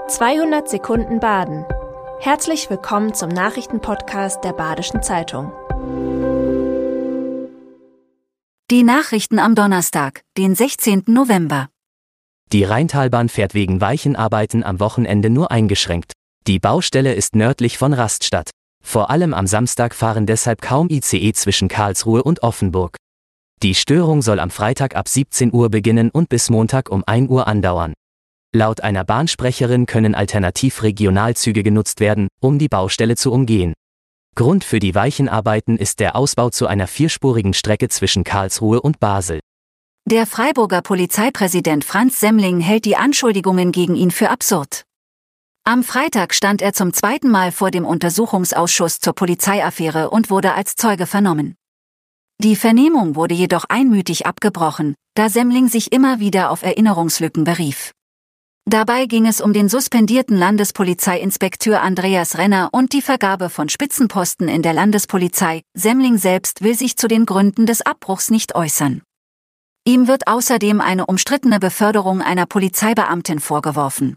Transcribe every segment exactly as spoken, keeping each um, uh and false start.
zweihundert Sekunden Baden. Herzlich willkommen zum Nachrichtenpodcast der Badischen Zeitung. Die Nachrichten am Donnerstag, den sechzehnten November. Die Rheintalbahn fährt wegen Weichenarbeiten am Wochenende nur eingeschränkt. Die Baustelle ist nördlich von Rastatt. Vor allem am Samstag fahren deshalb kaum I C E zwischen Karlsruhe und Offenburg. Die Störung soll am Freitag ab siebzehn Uhr beginnen und bis Montag um ein Uhr andauern. Laut einer Bahnsprecherin können alternativ Regionalzüge genutzt werden, um die Baustelle zu umgehen. Grund für die Weichenarbeiten ist der Ausbau zu einer vierspurigen Strecke zwischen Karlsruhe und Basel. Der Freiburger Polizeipräsident Franz Semmling hält die Anschuldigungen gegen ihn für absurd. Am Freitag stand er zum zweiten Mal vor dem Untersuchungsausschuss zur Polizeiaffäre und wurde als Zeuge vernommen. Die Vernehmung wurde jedoch einmütig abgebrochen, da Semmling sich immer wieder auf Erinnerungslücken berief. Dabei ging es um den suspendierten Landespolizeiinspekteur Andreas Renner und die Vergabe von Spitzenposten in der Landespolizei. Semmling selbst will sich zu den Gründen des Abbruchs nicht äußern. Ihm wird außerdem eine umstrittene Beförderung einer Polizeibeamtin vorgeworfen.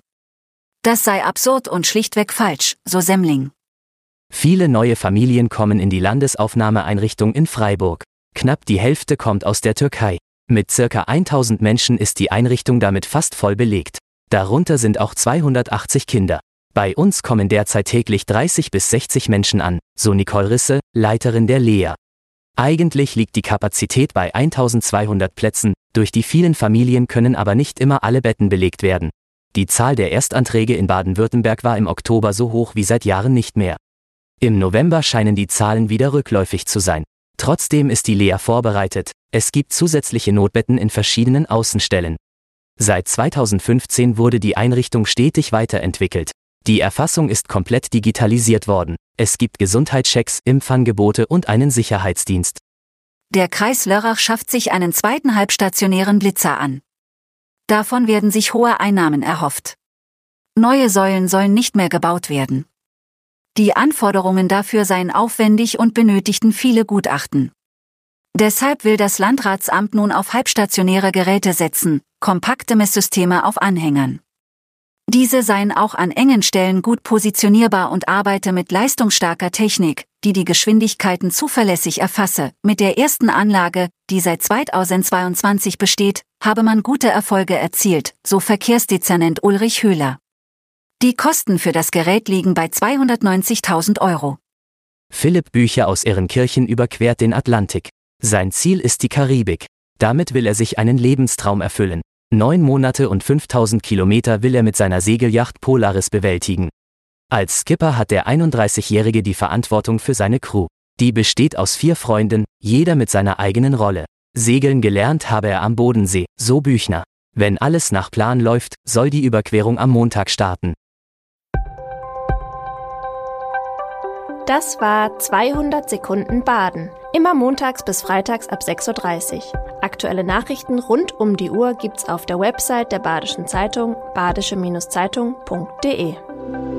Das sei absurd und schlichtweg falsch, so Semmling. Viele neue Familien kommen in die Landesaufnahmeeinrichtung in Freiburg. Knapp die Hälfte kommt aus der Türkei. Mit circa tausend Menschen ist die Einrichtung damit fast voll belegt. Darunter sind auch zweihundertachtzig Kinder. Bei uns kommen derzeit täglich dreißig bis sechzig Menschen an, so Nicole Risse, Leiterin der L E A. Eigentlich liegt die Kapazität bei eintausendzweihundert Plätzen, durch die vielen Familien können aber nicht immer alle Betten belegt werden. Die Zahl der Erstanträge in Baden-Württemberg war im Oktober so hoch wie seit Jahren nicht mehr. Im November scheinen die Zahlen wieder rückläufig zu sein. Trotzdem ist die L E A vorbereitet, es gibt zusätzliche Notbetten in verschiedenen Außenstellen. Seit zweitausendfünfzehn wurde die Einrichtung stetig weiterentwickelt. Die Erfassung ist komplett digitalisiert worden. Es gibt Gesundheitschecks, Impfangebote und einen Sicherheitsdienst. Der Kreis Lörrach schafft sich einen zweiten halbstationären Blitzer an. Davon werden sich hohe Einnahmen erhofft. Neue Säulen sollen nicht mehr gebaut werden. Die Anforderungen dafür seien aufwendig und benötigten viele Gutachten. Deshalb will das Landratsamt nun auf halbstationäre Geräte setzen, kompakte Messsysteme auf Anhängern. Diese seien auch an engen Stellen gut positionierbar und arbeite mit leistungsstarker Technik, die die Geschwindigkeiten zuverlässig erfasse. Mit der ersten Anlage, die seit zweitausendzweiundzwanzig besteht, habe man gute Erfolge erzielt, so Verkehrsdezernent Ulrich Höhler. Die Kosten für das Gerät liegen bei zweihundertneunzigtausend Euro. Philipp Bücher aus Ehrenkirchen überquert den Atlantik. Sein Ziel ist die Karibik. Damit will er sich einen Lebenstraum erfüllen. Neun Monate und fünftausend Kilometer will er mit seiner Segelyacht Polaris bewältigen. Als Skipper hat der einunddreißigjährige die Verantwortung für seine Crew. Die besteht aus vier Freunden, jeder mit seiner eigenen Rolle. Segeln gelernt habe er am Bodensee, so Büchner. Wenn alles nach Plan läuft, soll die Überquerung am Montag starten. Das war zweihundert Sekunden Baden. Immer montags bis freitags ab sechs Uhr dreißig. Aktuelle Nachrichten rund um die Uhr gibt's auf der Website der Badischen Zeitung badische Zeitung punkt de.